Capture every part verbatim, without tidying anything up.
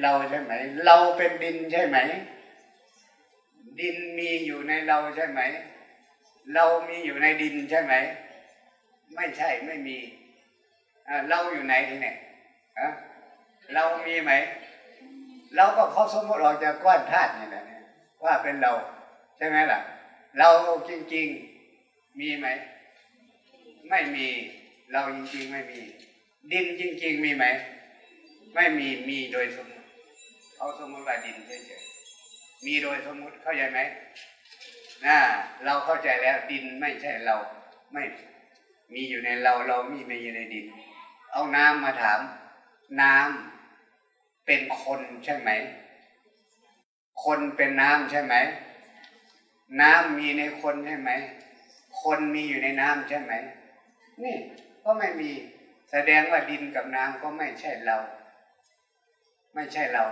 เราใช่ไหมเราเป็นดินใช่ไหมดินมีอยู่ในเราใช่ไหมเรามีอยู่ในดินใช่ไหมไม่ใช่ไม่มีเราอยู่ไหนทีเนี่ยเรามีไหมเราก็เขาสมมติออกจากก้อนธาตุนี่แหละว่าเป็นเราใช่ไหมล่ะเราจริงๆมีไหมไม่มีเราจริงๆไม่มีดินจริงๆมีไหมไม่มีมีโดยสมมติเขาสมมติว่าดินเฉยๆมีโดยสมมติเข้าใจไหมนะเราเข้าใจแล้วดินไม่ใช่เราไม่มีอยู่ในเราเรามีไม่อยู่ในดินเอาน้ำมาถามน้ำเป็นคนใช่ไหมคนเป็นน้ำใช่ไหมน้ำมีในคนใช่ไหมคนมีอยู่ในน้ำใช่ไหมนี่ก็ไม่มีแสดงว่าดินกับน้ำก็ไม่ใช่เราไม่ใช่เรา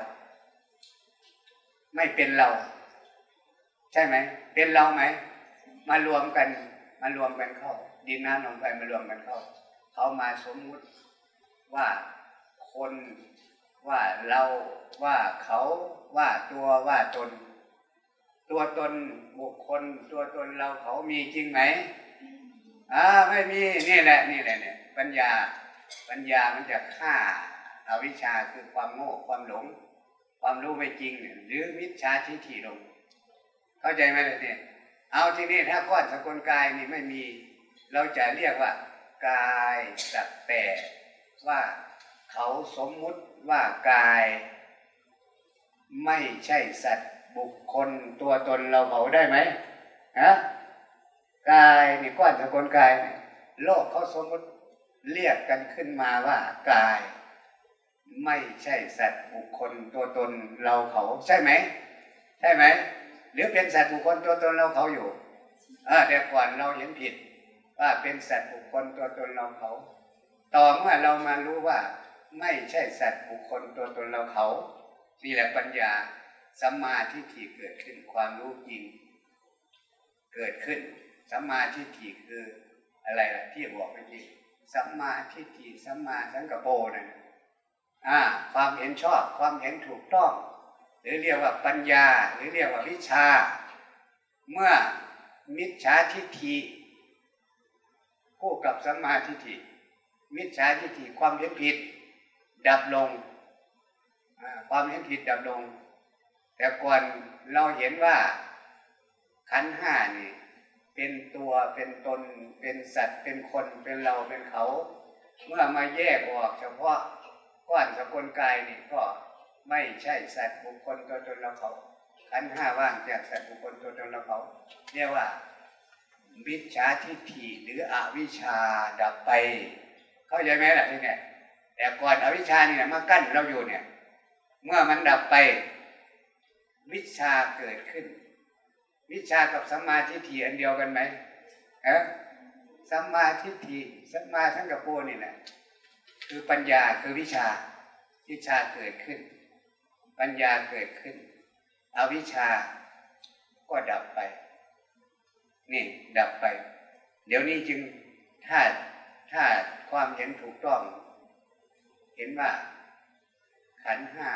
ไม่เป็นเราใช่ไหมเป็นเราไหมมารวมกันมารวมกันเข้าดินน้ำลมไฟมารวมกันเข้าเขามาสมมุติว่าคนว่าเราว่าเขาว่าตัวว่าตนตัวตนบุคคลตัวตนเราเขามีจริงไหมอ่าไม่มีนี่แหละนี่แหละเนี่ยปัญญาปัญญามันจะฆ่าอวิชชาคือความโง่ความหลงความรู้ไม่จริงหรือมิจฉาทิฏฐิลงเข้าใจไหมล่ะเนี่ยเอาทีนี้ถ้าก้อนสกุลกายนี่ไม่มีเราจะเรียกว่ากายสักแต่ว่าเขาสมมุติว่ากายไม่ใช่สัตว์บุคคลตัวตนเราเขาได้ไหมฮะกายนี่ก้อนสกุลกายนี่โลกเขาสมมุติเรียกกันขึ้นมาว่ากายไม่ใช่สัตว์บุคคลตัวตนเราเขาใช่ไหมใช่ไหมหรือเป็นสัตว์บุคคลตัวตนเราเขาอยู่อ่าแต่ก่อนเราเห็นผิดว่าเป็นสัตว์บุคคลตัวตนเราเขาต่อเมื่อเรามารู้ว่าไม่ใช่สัตว์บุคคลตัวตนเราเขานี่แหละปัญญาสัมมาทิฏฐิเกิดขึ้นความรู้จริงเกิดขึ้นสัมมาทิฏฐิคืออะไรล่ะที่บอกเมื่อกี้สัมมาทิฏฐิสัมมาสังกัปโปนั่นอ่าความเห็นชอบความเห็นถูกต้องหรือเรียกว่าปัญญาหรือเรียกว่าวิชาเมื่อมิจฉาทิฏฐิคู่กับสัมมาทิฏฐิมิจฉาทิฏฐิความเห็นผิดดับลงความเห็นผิดดับลงแต่ก่อนเราเห็นว่าขันธ์ห้านี่เป็นตัวเป็นตนเป็นสัตว์เป็นคนเป็นเราเป็นเขาเมื่อมาแยกออกเฉพาะก้อนสกุลกายนี่ก็ไม่ใช่สัตว์บุคคลตัวตนเราเขาขันธ์ห้าว่างจากสัตว์บุคคลตัวตนเราเขาเรียกว่ามิจฉาทิฏฐิหรืออวิชชาดับไปเข้าใจไหมล่ะที่เนี่ยแต่ก่อนอวิชชานี่มากั้นเราอยู่เนี่ยเมื่อมันดับไปวิชาเกิดขึ้นวิชากับสัมมาทิฏฐิอันเดียวกันไหมเออสัมมาทิฏฐิสัมมาสังกัปโปนี่แหละคือปัญญาคือวิชาวิชาเกิดขึ้นปัญญาเกิดขึ้นอวิชชาก็ดับไปนี่ดับไปเดี๋ยวนี้จึงถ้าถ้าความเห็นถูกต้องเห็นว่าขันธ์ห้า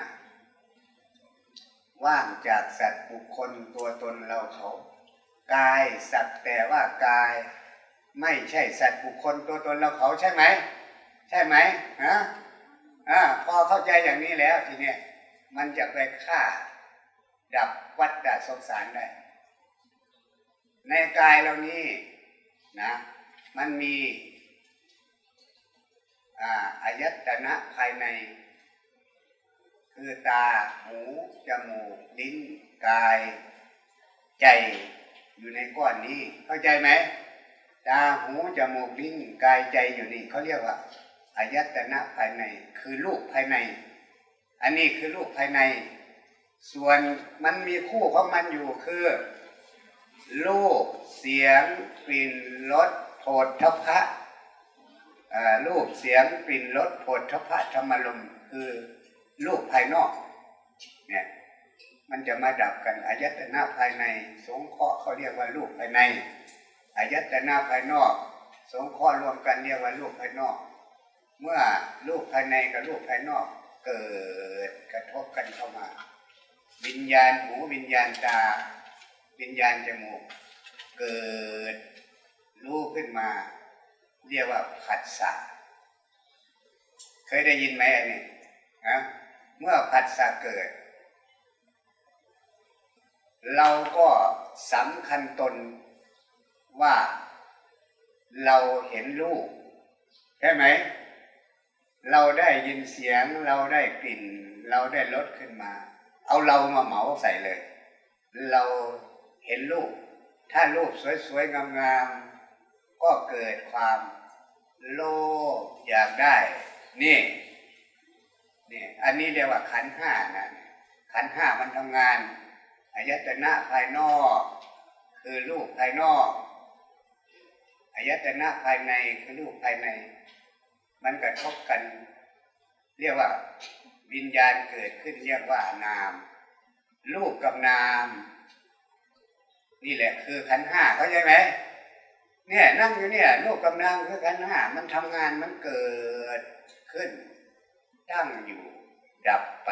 ว่างจากสัตว์บุคคลตัวตนเราเขากายสัตว์แต่ว่ากายไม่ใช่สัตว์บุคคลตัวตนเราเขาใช่ไหมใช่ไหมฮะอ่าพอเข้าใจอย่างนี้แล้วทีเนี้ยมันจะไปฆ่าดับวัฏฏะสงสารได้ในกายเรานี้นะมันมีอ่าอายตนะภายในคือตาหูจมูกลิ้นกายใจอยู่ในก้อนนี้เข้าใจไหมตาหูจมูกลิ้นกายใจอยู่นี่เขาเรียกว่าอายตนะภายในคือรูปภายในอันนี้คือรูปภายในส่วนมันมีคู่ของมันอยู่คือรูปเสียงกลิ่นรสโผฏฐัพพะรูปเสียงกลิ่นรสโผฏฐัพพะธรรมารมณ์คือรูปภายนอกเนี่ยมันจะมาดับกันอายตนะภายในสงเคราะห์เขาเรียกว่ารูปภายในอายตนะภายนอกสงเคราะห์รวมกันเรียกว่ารูปภายนอกเมื่อรูปภายในกับรูปภายนอกเกิดกระทบกันเข้ามาวิญญาณหูวิญญาณตาวิญญาณจมูกเกิดรู้ขึ้นมาเรียกว่าผัสสะเคยได้ยินไหมอันนี้นะเมื่อผัสสะเกิดเราก็สำคัญตนว่าเราเห็นรูปใช่ไหมเราได้ยินเสียงเราได้กลิ่นเราได้รสขึ้นมาเอาเรามาเหมาใส่เลยเราเห็นรูปถ้ารูปสวยๆงามๆก็เกิดความโลภอยากได้นี่นี่อันนี้เรียกว่าขันธ์ห้านะขันธ์ห้ามันทำงานอายตนะภายนอกคือรูปภายนอกอายตนะภายในคือรูปภายในมันกระทบกันเรียกว่าวิญญาณเกิดขึ้นเรียกว่านามรูปกับนามนี่แหละคือขันธ์ห้าเข้าใจไหมเนี่ยนั่งอยู่เนี่ยรูปกับนามคือขันธ์ห้ามันทำงานมันเกิดขึ้นตั้งอยู่ดับไป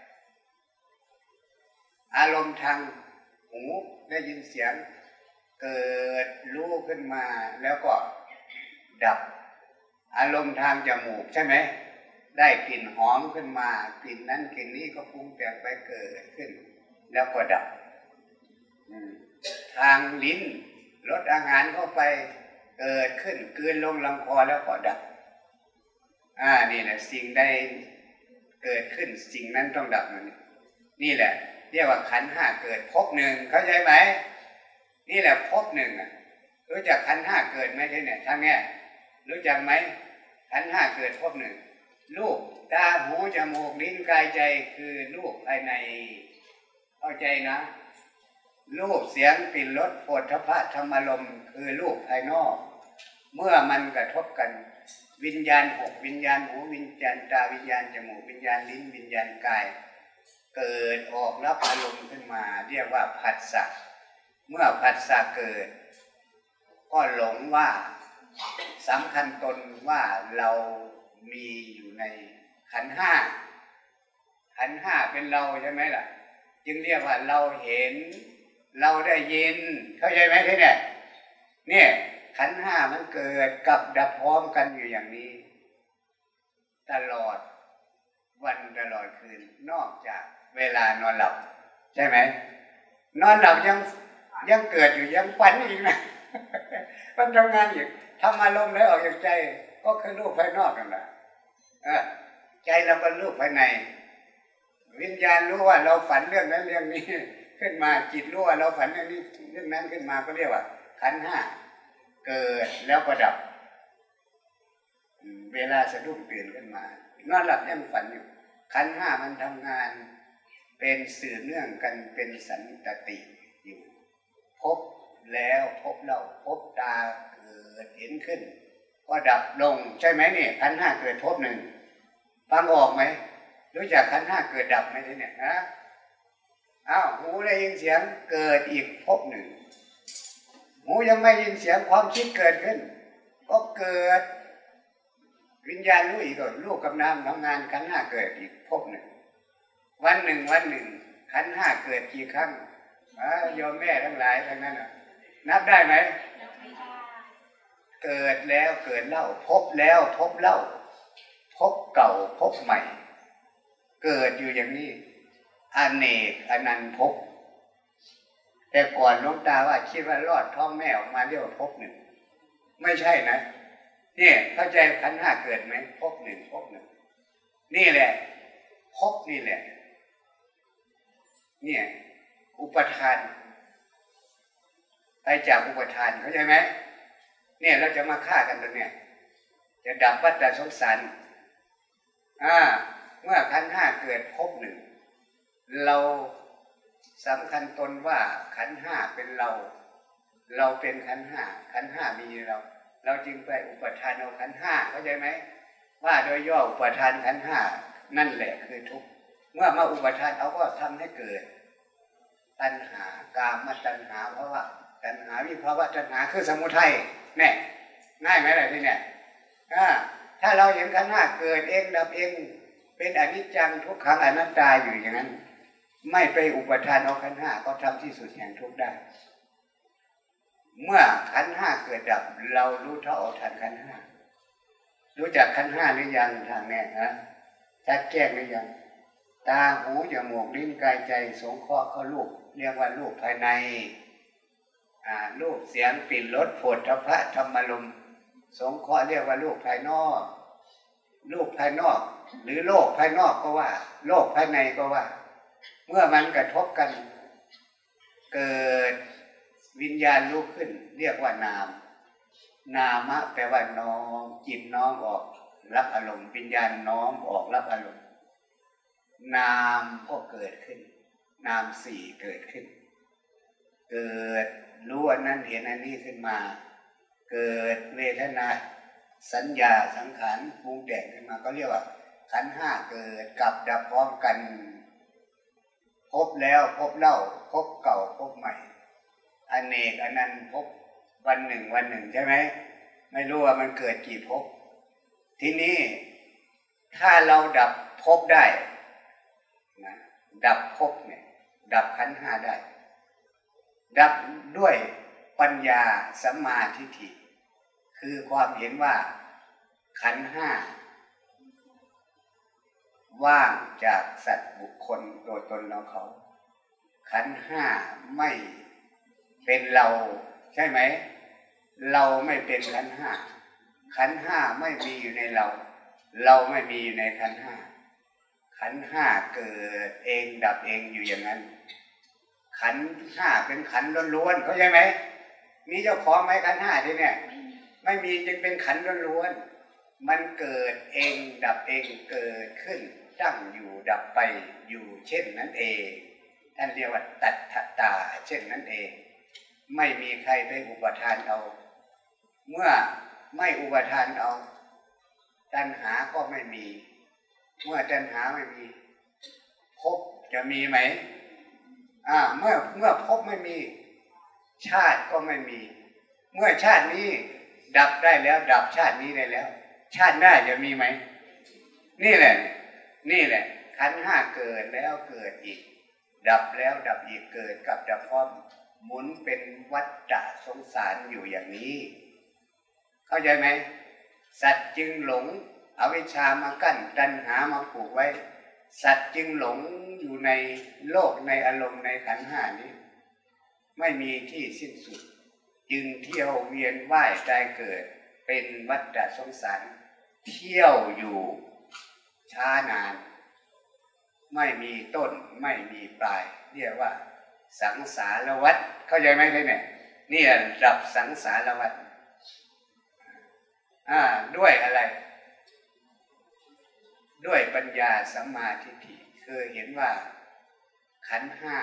อารมณ์ทางหูได้ยินเสียงเกิดรู้ขึ้นมาแล้วก็ดับอารมณ์ทางจมูกใช่ไหมได้กลิ่นหอมขึ้นมากลิ่นนั้นกลิ่นนี้ก็ปรุงแต่งไปเกิดขึ้นแล้วก็ดับทางลิ้นรสอาหารเข้าไปเกิดขึ้นกลืนลงลำคอแล้วก็ดับอ่านี่แหละสิ่งใดเกิดขึ้นสิ่งนั้นต้องดับมันนี่แหละเรียกว่าขันธ์ห้าเกิดภพหนึ่งเข้าใจไหมนี่แหละภพหนึ่งอ่ะรู้จักขันธ์ห้าเกิดไหมที่เนี่ยทางเนี้ยรู้จักไหมขันธ์ห้าเกิดภพหนึ่งรูปตาหูจมูกลิ้นกายใจคือรูปภายในเข้าใจนะรูปเสียงกลิ่นรสโผฏฐัพพะธรรมารมณ์คือรูปภายนอกเมื่อมันกระทบกันวิญญาณหกวิญญาณหูวิญญาณตาวิญญาณจมูกวิญญาณลิ้นวิญญาณกายเกิดออกรับอารมณ์ขึ้นมาเรียกว่าผัสสะเมื่อผัสสะเกิดก็หลงว่าสำคัญตนว่าเรามีอยู่ในขันธ์ห้าขันธ์ห้าเป็นเราใช่ไหมล่ะจึงเรียกว่าเราเห็นเราได้ยินเข้าใจไหมที่เนี่ยเนี่ยขันธ์ห้ามันเกิดกับดับพร้อมกันอยู่อย่างนี้ตลอดวันตลอดคืนนอกจากเวลานอนหลับใช่ไหมนอนหลับยังยังเกิดอยู่ยังฝันอีกนะมันทำงานอยู่ทำอารมณ์แล้วออกจากใจก็คือรูปภายนอกนั่นแหละใจเราก็รูปภายในวิญญาณรู้ว่าเราฝันเรื่องนั้นเรื่องนี้ขึ้นมาจิตรู้ว่าเราฝันเรื่องนี้เรื่องนั้นขึ้นมาก็เรียกว่าขันธ์ห้าเกิดแล้วก็ดับเวลาสะดุ้งตื่นขึ้นมานอนหลับยังฝันอยู่ขันธ์ห้ามันทำงานเป็นสื่อเนื่องกันเป็นสันตติอยู่พบแล้วพบเล่าพบตาเกิดเห็นขึ้นก็ดับลงใช่ไหมเนี่ยขันธ์ห้าเกิดพบหนึ่งฟังออกไหมรู้จักขันธ์ห้าเกิดดับไหมที่เนี่ยนะอ้าวหูได้ยินเสียงเกิดอีกพบหนึ่งหูยังไม่ยินเสียงความคิดเกิดขึ้นก็เกิดวิญญาณรู้อีกก็ลูกกับนามทำงานขันธ์ห้าเกิดอีกพบหนึ่งวันหนึ่งวันหนึ่งขันธ์ห้าเกิดกี่ครั้งโยมแม่ทั้งหลายทั้งนั้นนับได้ไหมเกิดแล้วเกิดเล่าพบแล้วพบเล่าพบเก่าพบใหม่เกิดอยู่อย่างนี้อเนกอนันต์พบแต่ก่อนหลวงตาว่าคิดว่ารอดท้องแม่ออกมาเรียกว่าพบหนึ่งไม่ใช่นะเนี่ยเข้าใจขันธ์ห้าเกิดไหมพบหนึ่งพบหนึ่งนี่แหละพบนี่แหละเนี่ยอุปทานไปจากอุปทานเข้าใจไหมเนี่ยเราจะมาฆ่ากันตรงเนี้ยจะดับวัฏสงสารอ่าเมื่อขันธ์ห้าเกิดพบหนึ่งเราสำคัญตนว่าขันธ์ห้าเป็นเราเราเป็นขันธ์ห้าขันธ์ห้ามีเราเราจึงไปอุปทานเอาขันธ์ห้าเข้าใจไหมว่าโดยย่ออุปทานขันธ์ห้านั่นแหละคือทุกข์เมื่อมาอุปทานเขาก็ทำให้เกิดตัณหากามตัณหาเพราะว่าตัณหาวิภาวะตัณหาคือสมุทัยเนี่ยง่ายไหมล่ะที่เนี่ยถ้าเราเห็นขันธ์ห้าเกิดเองดับเองเป็นอนิจจังทุกขังอนัตตาอยู่อย่างนั้นไม่ไปอุปทานเอาขันธ์ห้าก็ทำที่สุดแห่งทุกข์ได้เมื่อขันธ์ห้าเกิดดับเรารู้เท่าทันขันธ์ห้ารู้จักขันธ์ห้าหรือยังทางแน่ฮะชัดแจ้งหรือยังตาหูจมูกลิ้นกายใจสงเคราะห์เข้ารูปเรียกว่ารูปภายในรูปเสียงกลิ่นรสโผฏฐัพพะธรรมารมณ์สงเคราะห์เรียกว่ารูปภายนอกรูปภายนอกหรือโลกภายนอกก็ว่าโลกภายในก็ว่าเมื่อมันกระทบกันเกิดวิญญาณลุกขึ้นเรียกว่านามนามะแปลว่าน้อมจิตน้อมออกรับอารมณ์วิญญาณน้อมออกรับอารมณ์นามก็เกิดขึ้นนามสี่เกิดขึ้นเกิดรู้อันนั้นเห็นอันนี้ขึ้นมาเกิดเวทนาสัญญาสังขารปรุงแต่งขึ้นมาก็เรียกว่าขันธ์ห้าเกิดกับดับพร้อมกันพบแล้วพบเล่าพบเก่าพบใหม่อเนกอนันต์พบวันหนึ่งวันหนึ่งใช่ไหมไม่รู้ว่ามันเกิดกี่พบทีนี้ถ้าเราดับพบได้นะดับพบเนี่ยดับขันธ์ห้าได้ดับด้วยปัญญาสัมมาทิฏฐิคือความเห็นว่าขันธ์ห้าว่างจากสัตว์บุคคลตัวตนเราเขาขันธ์ห้าไม่เป็นเราใช่ไหมเราไม่เป็นขันธ์ห้าขันธ์ห้าไม่มีอยู่ในเราเราไม่มีอยู่ในขันธ์ห้าขันธ์ห้าเกิดเองดับเองอยู่อย่างนั้นขันธ์ห้าเป็นขันธ์ล้วนๆเข้าใจไหมมีเจ้าของไหมขันธ์ห้าที่เนี่ยไม่มีจึงเป็นขันธ์ล้วนๆมันเกิดเองดับเองเกิดขึ้นตั้งอยู่ดับไปอยู่เช่นนั้นเองท่านเรียกว่าตัทธตาเช่นนั้นเองไม่มีใครไปอุปทานเอาเมื่อไม่อุปทานเอาตัณหาก็ไม่มีเมื่อตัณหาไม่มีภพจะมีไหมอ่าเมื่อเมื่อภพไม่มีชาติก็ไม่มีเมื่อชาตินี้ดับได้แล้วดับชาตินี้ได้แล้วชาติหน้าจะมีไหมนี่แหละนี่แหละขันธ์ห้าเกิดแล้วเกิดอีกดับแล้วดับอีกเกิดกับดับพร้อมหมุนเป็นวัฏฏะสงสารอยู่อย่างนี้เข้าใจไหมสัตว์จึงหลงอวิชชามากั้นตัณหามาผูกไว้สัตว์จึงหลงอยู่ในโลกในอารมณ์ในขันธ์ห้านี้ไม่มีที่สิ้นสุดจึงเที่ยวเวียนว่ายตายเกิดเป็นวัฏฏะสงสารเที่ยวอยู่ช้านานไม่มีต้นไม่มีปลายเรียกว่าสังสารวัฏเข้าใจไหมเลยเนี่ยนี่ดับสังสารวัฏอ่าด้วยอะไรด้วยปัญญาสัมมาทิฏฐิคือเห็นว่าขันธ์ห้า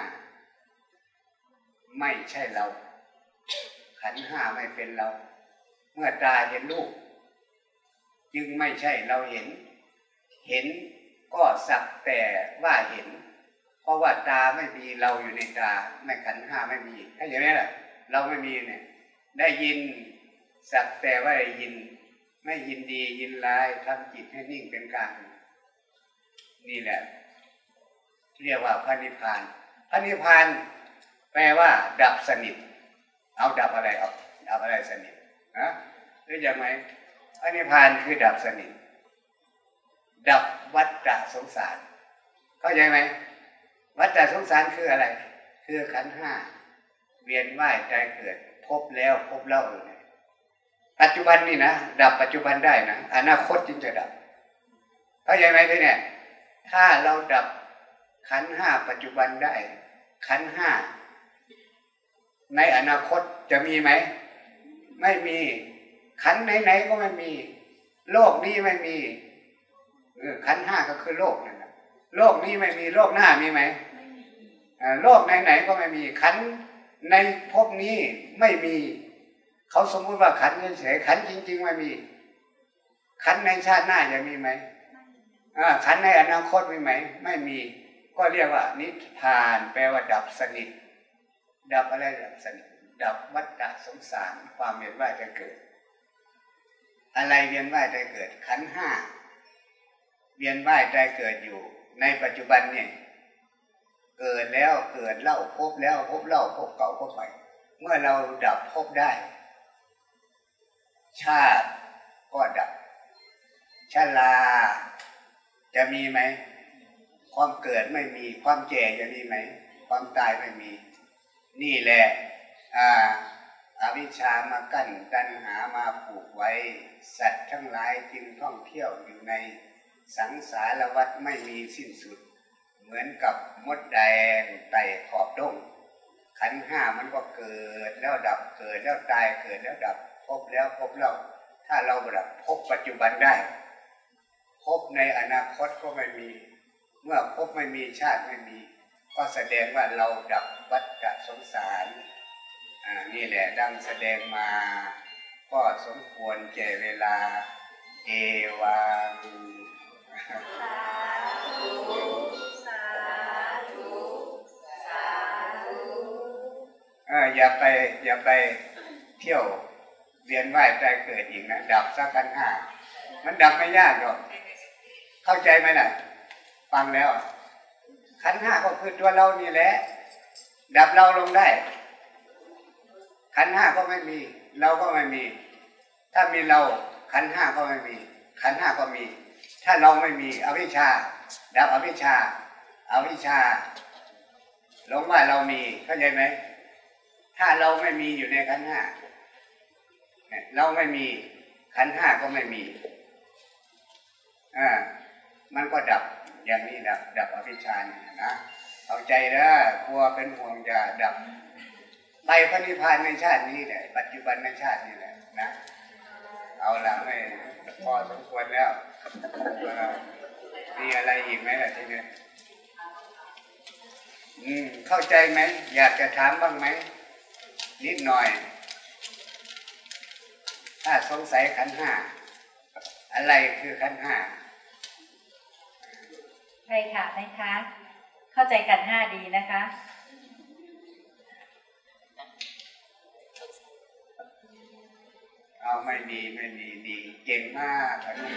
ไม่ใช่เราขันธ์ห้าไม่เป็นเราเมื่อตาเห็นรูปจึงไม่ใช่เราเห็นเห็นก็สักแต่ว่าเห็นเพราะว่าตาไม่มีเราอยู่ในตาไม่ขันธ์ห้าไม่มีถ้าอย่างนี้แหละเราไม่มีเนี่ยได้ยินสักแต่ว่าได้ยินไม่ยินดียินร้ายทำจิตให้นิ่งเป็นกลางนี่แหละเรียกว่าพระนิพพานพระนิพพานแปลว่าดับสนิทเอาดับอะไรออกดับอะไรสนิทนะหรือยังไงพระนิพพานคือดับสนิทดับวัฏฏะสงสารเข้าใจไหมวัฏฏะสงสารคืออะไรคือขันธ์ห้าเวียนว่ายตายเกิดพบแล้วพบเล่าเลยปัจจุบันนี่นะดับปัจจุบันได้นะอนาคตจึงจะดับเข้าใจไหมที่เนี่ยถ้าเราดับขันธ์ห้าปัจจุบันได้ขันธ์ห้าในอนาคตจะมีไหมไม่มีขันธ์ไหนๆก็ไม่มีโลกนี้ไม่มีขันธ์ห้าก็คือโลกนั่นแหละโลกนี้ไม่มีโลกหน้ามีไหมโลกไหนๆก็ไม่มีขันธ์ในภพนี้ไม่มีเขาสมมุติว่าขันธ์เฉยๆขันธ์จริงๆไม่มีขันธ์ในชาติหน้าจะมีไหมขันธ์ในอนาคตมีไหมไม่มีก็เรียกว่านิพพานแปลว่าดับสนิทดับอะไรดับสนิทดับวัฏฏะสงสารความเวียนว่ายตายเกิดอะไรเวียนว่ายตายเกิดขันธ์ห้าเวียนว่ายตายเกิดอยู่ในปัจจุบันเนี่ยเกิดแล้วเกิดเล่าพบแล้วพบเล่าพบเก่าพบใหม่เมื่อเราดับพบได้ชาติก็ดับชราจะมีไหมความเกิดไม่มีความแก่จะมีไหมความตายไม่มีนี่แหละอ่าอวิชชามากั้นตัณหามาผูกไว้สัตว์ทั้งหลายจึงท่องเที่ยวอยู่ในสังสารวัฏไม่มีสิ้นสุดเหมือนกับมดแดงไต่ขอบดงขันธ์ห้ามันก็เกิดแล้วดับเกิดแล้วตายเกิดแล้วดับพบแล้วพบแล้วถ้าเราดับพบปัจจุบันได้พบในอนาคตก็ไม่มีเมื่อพบไม่มีชาติไม่มีก็แสดงว่าเราดับวัฏสงสารอ่านี่แหละดังแสดงมาก็สมควรแก่เวลาเอวังสาธุสาธุสาธุเอออย่าไปอย่าไปเที่ยวเวียนว่ายตายเกิดอีกนะดับสักขันธ์ห้ามันดับไม่ยากหรอกเข้าใจไหมล่ะฟังแล้วขันธ์ห้าก็คือตัวเรานี่แหละดับเราลงได้ขันธ์ห้าก็ไม่มีเราก็ไม่มีถ้ามีเราขันธ์ห้าก็ไม่มีขันธ์ห้าก็มีถ้าเราไม่มีอวิชชาดับอวิชชาอวิชชาหลงว่าเรามีเข้าใจไหมถ้าเราไม่มีอยู่ในขันธ์ห้าเราไม่มีขันธ์ห้าก็ไม่มีอ่ามันก็ดับอย่างนี้ดับดับอวิชชาเนี่ยนะเข้าใจนะกลัวเป็นห่วงจะดับไปพระนิพพานในชาตินี้แหละปัจจุบันในชาตินี้แหละนะเอาละไม่พอสมควรแล้วมีอะไรอีกไหมล่ะทีนี้อืมเข้าใจไหมอยากจะถามบ้างไหมนิดหน่อยถ้าสงสัยขันธ์ห้าอะไรคือขันธ์ห้าใครถามไหมคะเข้าใจขันธ์ห้าดีนะคะเอาไม่มีไม่มีดีเก่งมาก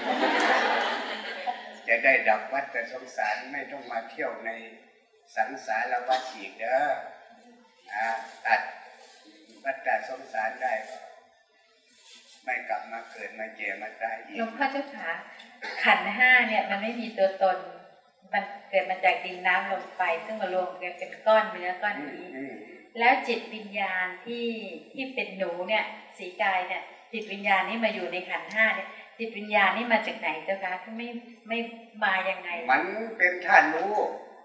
จะได้ดับวัฏสงสารไม่ต้องมาเที่ยวในสังสารวัฏอีกเด้อนะตัดวัฏสงสารได้ไม่กลับมาเกิดมาเจ็บมาตายอีกหลวงพ่อเจ้าขาขันธ์ห้าเนี่ยมันไม่มีตัวตนมันเกิดมาจากดินน้ำลมไฟซึ่งมารวมกันเป็นก้อนเนื้อก้อนนี้แล้วจิตวิญญาณที่ที่เป็นหนูเนี่ยสีกายเนี่ยจิตวิญญาณนี่มาอยู่ในขันธ์ห้าเนี่ยจิตวิญญาณนี่มาจากไหนเจ้าคะไม่ไม่มายังไงมันเป็นธาตุรู้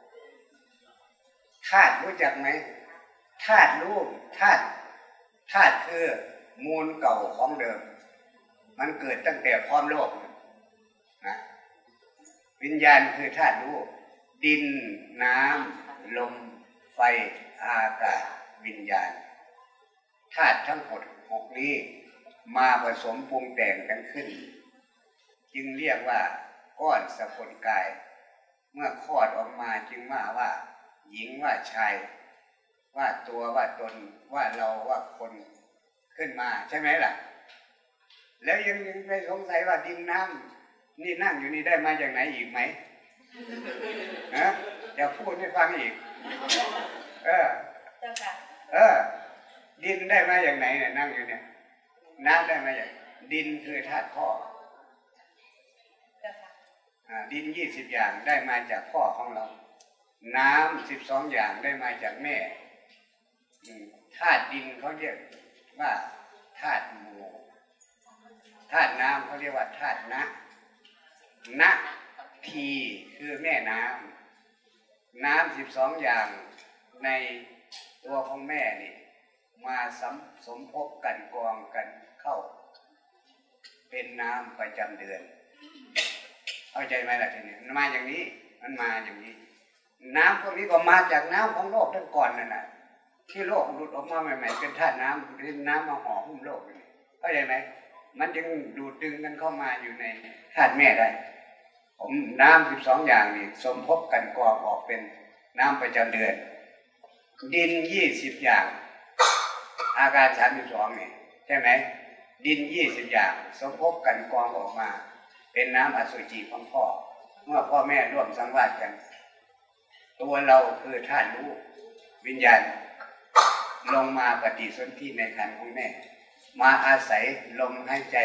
ธาตุรู้จักไหมธาตุรู้ธาตุธาตุคือมูลเก่าของเดิมมันเกิดตั้งแต่พร้อมโลกนะวิญญาณคือธาตุรู้ดินน้ำลมไฟอากาศวิญญาณธาตุทั้งหมดหกนี้มาผสมปรุงแต่งกันขึ้นจึงเรียกว่าก้อนสกุลกายเมื่อคลอดออกมาจึงว่าว่าหญิงว่าชายว่าตัวว่าตนว่าเราว่าคนขึ้นมาใช่ไหมล่ะแล้วยังยังไปสงสัยว่าดินน้ำนี่นั่งอยู่นี่ได้มาจากไหนอีกไหมฮะจะพูดให้ฟังอีกเออเจ้าค่ะเออดินได้มาจากไหนเนี่ยนั่งอยู่เนี่ยน้ำได้มาจากดินคือธาตุพ่อดินยี่สิบอย่างได้มาจากพ่อของเราน้ำสิบสองอย่างได้มาจากแม่ธาตุดินเขาเรียกว่าธาตุหมู่ธาตุน้ำเขาเรียกว่าธาตุนะนะทีคือแม่น้ำน้ำสิบสองอย่างในตัวของแม่นี่มาสมสมภพกันกองกันเข้าเป็นน้ำประจำเดือนเข้าใจไหมล่ะทีนี้มันมาอย่างนี้มันมาอย่างนี้น้ำพวกนี้ก็มาจากน้ำของโลกทั้งก่อนนั่นแหละที่โลกหลุดออกมาใหม่ๆเป็นธาตุน้ำเป็นน้ำมาห่อหุ้มโลกเข้าใจไหมมันจึงดูดดึงกันเข้ามาอยู่ในธาตุแม่ได้ผมน้ำสิบสองอย่างนี่สมภพกันกองออกเป็นน้ำประจำเดือนดินยี่สิบอย่างอาการสามสิบสองนี่ใช่ไหมดินยี่สิบอย่างสมภพกันกองออกมาเป็นน้ำอสุจิของพ่อเมื่อพ่อแม่ร่วมสังวาสกันตัวเราคือธาตุรู้วิญญาณลงมาปฏิสนธิในครรภ์ของแม่มาอาศัยลมหายใจ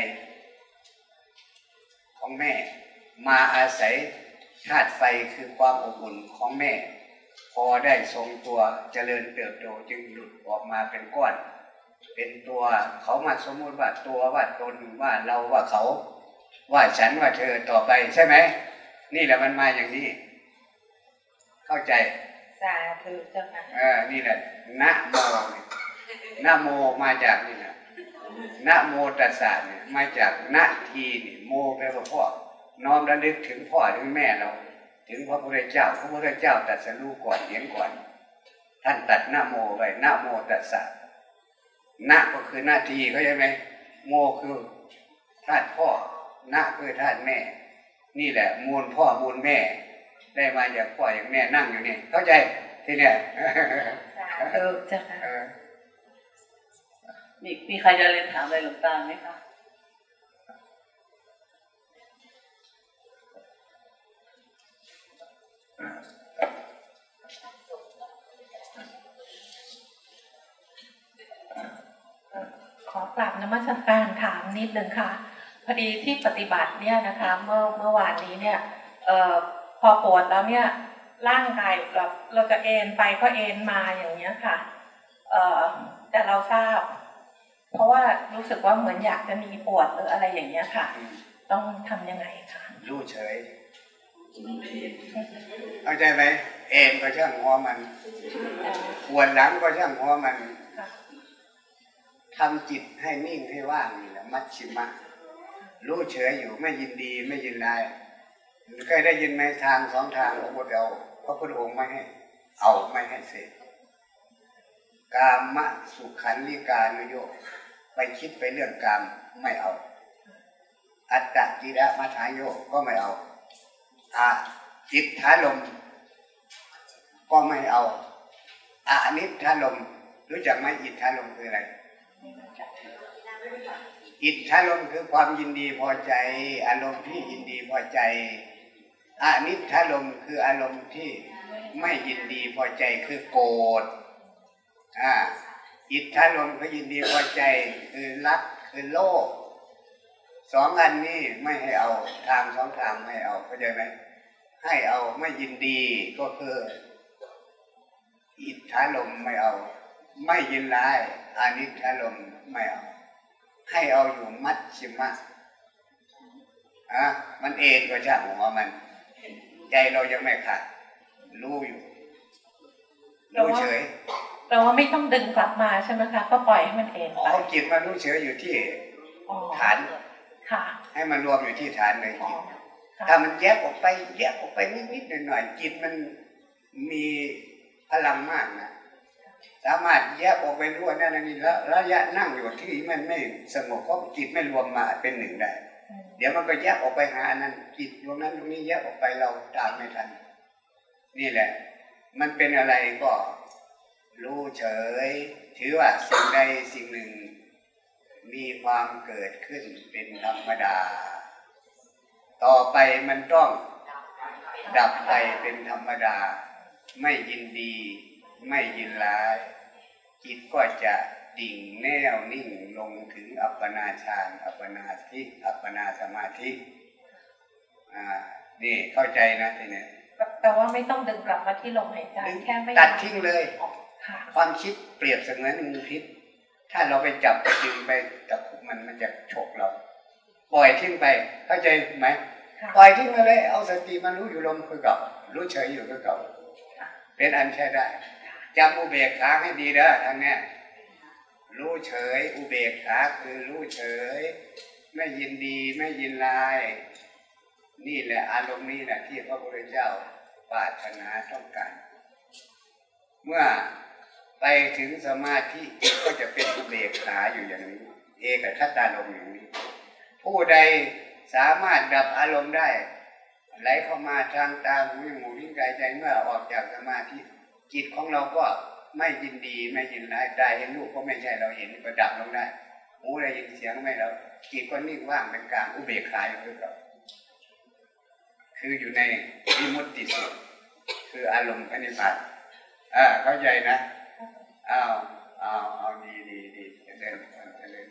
ของแม่มาอาศัยธาตุไฟคือความอบอุ่นของแม่พอได้ทรงตัวเจริญเติบโตจึงหลุดออกมาเป็นก้อนเป็นตัวเขามาสมมติว่าตัวว่าตนว่าเราว่าเขาว่าฉันว่าเธอต่อไปใช่ไหมนี่แหละมันมาอย่างนี้เข้าใจสาธุเจ้าค่ะเออนี่แหละนะโมนะโมมาจากนี่นะนะโมตัสสะเนี่ยมาจากนะทีนี่โมแปลว่าพ่อน้อมระลึกถึงพ่อถึงแม่เราถึงพระพุทธเจ้าพระพุทธเจ้าตรัสรู้ก่อนเห็นก่อนท่านตัดนะโมไปนะโมตัสสะนะก็คือหน้าทีเขาใช่ไหมโมคือธาตุพ่อนะคือธาตุแม่นี่แหละมูลพ่อมูลแม่ได้มาจากพ่ออย่างแม่นั่งอยู่นี่เข้าใจที่เนี่ยเออจ้ะค่ะมีมีใครจะเรียนถามอะไรหลวงตาไหมคะขอกราบนมัสการถามนิดนึงค่ะพอดีที่ปฏิบัติเนี่ยนะคะเมื่อเมื่อวานนี้เนี่ยเอ่อพอปวดแล้วเนี่ยร่างกายแบบเราจะเอนไปก็เอนมาอย่างเงี้ยค่ะเอ่อแต่เราทราบเพราะว่ารู้สึกว่าเหมือนอยากจะมีปวดหรืออะไรอย่างเงี้ยค่ะต้องทำยังไงคะรู้เฉยเข้าใจไหมเอ็นก็ช่างหัวมันปวดหลังก็ช่างหัวมันทำจิตให้นิ่งให้ว่างนี่แหละมัชชิมะรู้เฉยอยู่ไม่ยินดีไม่ยินร้ายเคยได้ยินไหมทางสองทางพระพุทธเอาพระพุทธองค์ไม่ให้เอาไม่ให้เสพกามะสุขันลิกานุโยคไปคิดไปเรื่องกามไม่เอาอัตตกิระมัทายโยก็ไม่เอาอาจิตถาลมก็ไม่เอาอานิถาลมรู้จักไหมอิทธาลมคืออะไรอิทธาลมคือความยินดีพอใจอารมณ์ที่ยินดีพอใจอานิถาลมคืออารมณ์ที่ไม่ยินดีพอใจคือโกรธอ่าอิทธาลมคือยินดีพอใจคือรักคือโลภสองอันนี้ไม่ให้เอาทางสองทางไม่เอาเข้าใจไหมให้เอาไม่ยินดีก็คืออิทธาลมไม่เอาไม่ยินร้ายอานิถาลมไม่เอาให้เอาอยู่มัชชิมะอ่ะมันเองก็ช่างหัวมันใจเรายังไม่ขาดรู้อยู่รู้เฉยเราว่าไม่ต้องดึงกลับมาใช่ไหมคะก็ปล่อยให้มันเองไปเอาจิตมารู้เฉยอยู่ที่ฐานให้มันรวมอยู่ที่ฐานเลยถ้ามันแยกออกไปแยกออกไปนิดๆหน่อยๆจิตมันมีพลังมากนะสามารถแยกออกไปรู้นั่นนี่แล้วระยะนั่งอยู่ที่มันไม่สงบเพราะจิตไม่รวมมาเป็นหนึ่งได้เดี๋ยวมันก็แยกออกไปหาอันนั้นจิตตรงนั้นตรงนี้แยกออกไปเราตามไม่ทันนี่แหละมันเป็นอะไรก็รู้เฉยถือว่าสิ่งใดสิ่งหนึ่งมีความเกิดขึ้นเป็นธรรมดาต่อไปมันต้องดับไปเป็นธรรมดาไม่ยินดีไม่ยินร้ายจิตก็จะดิ่งแน่วนิ่งลงถึงอัปปนาฌานอัปปนาทิอัปปนาสมาธิอ่านี่เข้าใจนะทีนี้แต่ว่าไม่ต้องดึงกลับมาที่ลมหายใจแค่ไม่ตัดทิ้งเลยความคิดเปรียบเสมือนงูพิษถ้าเราไปจับไปดึงไปตะคุบมันมันจะฉกเราปล่อยทิ้งไปเข้าใจไหมปล่อยทิ้งไปเลยเอาสติมันรู้อยู่ลมคือเก่ารู้เฉยอยู่คือเก่าเป็นอันใช้ได้จำอุเบกขาให้ดีเด้อทางเนี้ยรู้เฉยอุเบกขาคือรู้เฉยไม่ยินดีไม่ยินร้ายนี่แหละอารมณ์นี้แหละที่พระพุทธเจ้าปรารถนาต้องการเมื่อไปถึงสมาธิก็จะเป็นอุเบกขาอยู่อย่างนี้เอกทัตตารมณ์อย่างนี้ผู้ใดสามารถดับอารมณ์ได้ไหลเข้ามาทางตาหูจมูกลิ้นกายใจเมื่อออกจากสมาธิจิตของเราก็ไม่ยินดีไม่ยินร้ายตาเห็นรูปก็ไม่ใช่เราเห็นก็ดับลงได้หูได้ยินเสียงไม่เราจิตก็นิ่งว่างเป็นกลางอุเบกขาอยู่คือกับคคืออยู่ในวิมุตติสุขคืออารมณ์พระนิพพานอ่าเข้าใจนะอ้าวอ้าวเอาดีดีดีจะเดินจะเดิน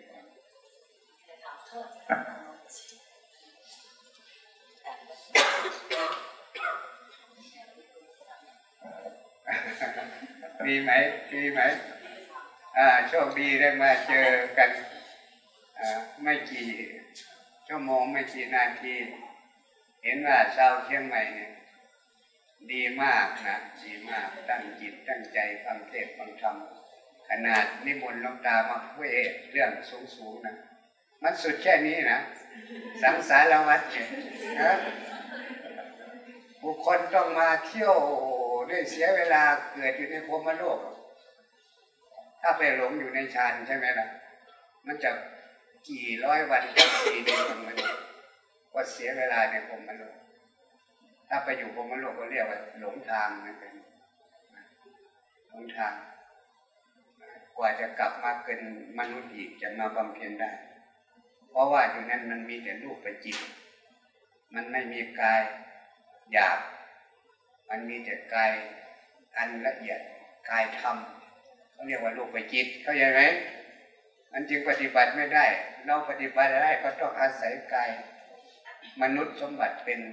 มีไหมมีไหมอ่าโชคดีได้มาเจอกันอ่าไม่กี่ชั่วโมงไม่กี่นาทีเห็นว่าชาวเชียงใหม่เนี่ยดีมากนะดีมากตั้งจิตตั้งใจฟังเทศน์ฟังธรรมขนาดนิมนต์หลวงตามาเว้ยเรื่องสูงๆนะมันสุดแค่นี้นะสังสารวัฏเนี่ยนะบุคคลต้องมาเที่ยวด้วยเสียเวลาเกิดอยู่ในพรหมโลกถ้าไปหลงอยู่ในฌานใช่ไหมล่ะมันจะกี่ร้อยวันกี่เดือนมันก็เสียเวลาในพรหมโลกถ้าไปอยู่พรหมโลกก็เรียกว่าหลงทางนั่นเองหลงทางกว่าจะกลับมาเป็นมนุษย์อีกจะมาบำเพ็ญได้เพราะว่าอยู่นั้นมันมีแต่รูปประจิตมันไม่มีกายหยาบมันมีแต่กายอันละเอียดกายธรรมเขาเรียกว่ารูปประจิตเข้าใจไหมมันจึงปฏิบัติไม่ได้เราปฏิบัติได้ก็ต้องอาศัยกายมนุษย์สมบัติเป็น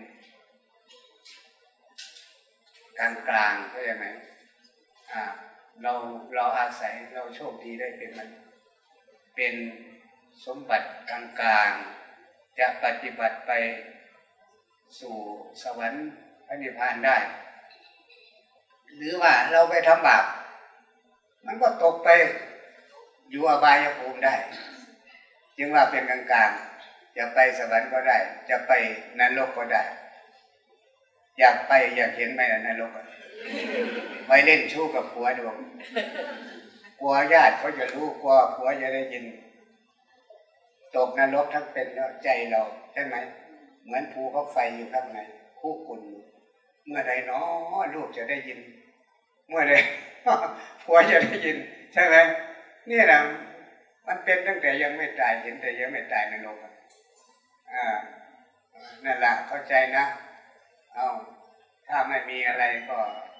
กลางกลางเข้าใจไหมอ่าเราเราอาศัยเราโชคดีได้เป็นมันเป็นสมบัติกลางกลางจะปฏิบัติไปสู่สวรรค์พระนิพพานได้หรือว่าเราไปทำบาปมันก็ตกไปอยู่อบายภูมิได้จึงว่าเป็นกลางกลางจะไปสวรรค์ก็ได้จะไปนรกก็ได้อยากไปอยากเห็นไหมนรกไปเล่นชู้กับผัวดวงกลัวญาติเขาจะรู้กลัวผัวจะได้ยินตกนรกทั้งเป็นใจเราใช่ไหมเหมือนภูเขาไฟอยู่ข้างในคู่กุนเมื่อใดเนาะลูกจะได้ยินเมื่อใดผัวจะได้ยินใช่ไหมนี่แหละมันเป็นตั้งแต่ยังไม่ตายเห็นแต่ยังไม่ตายนรกอ่านั่นแหละเข้าใจนะเอาถ้าไม่มีอะไรก็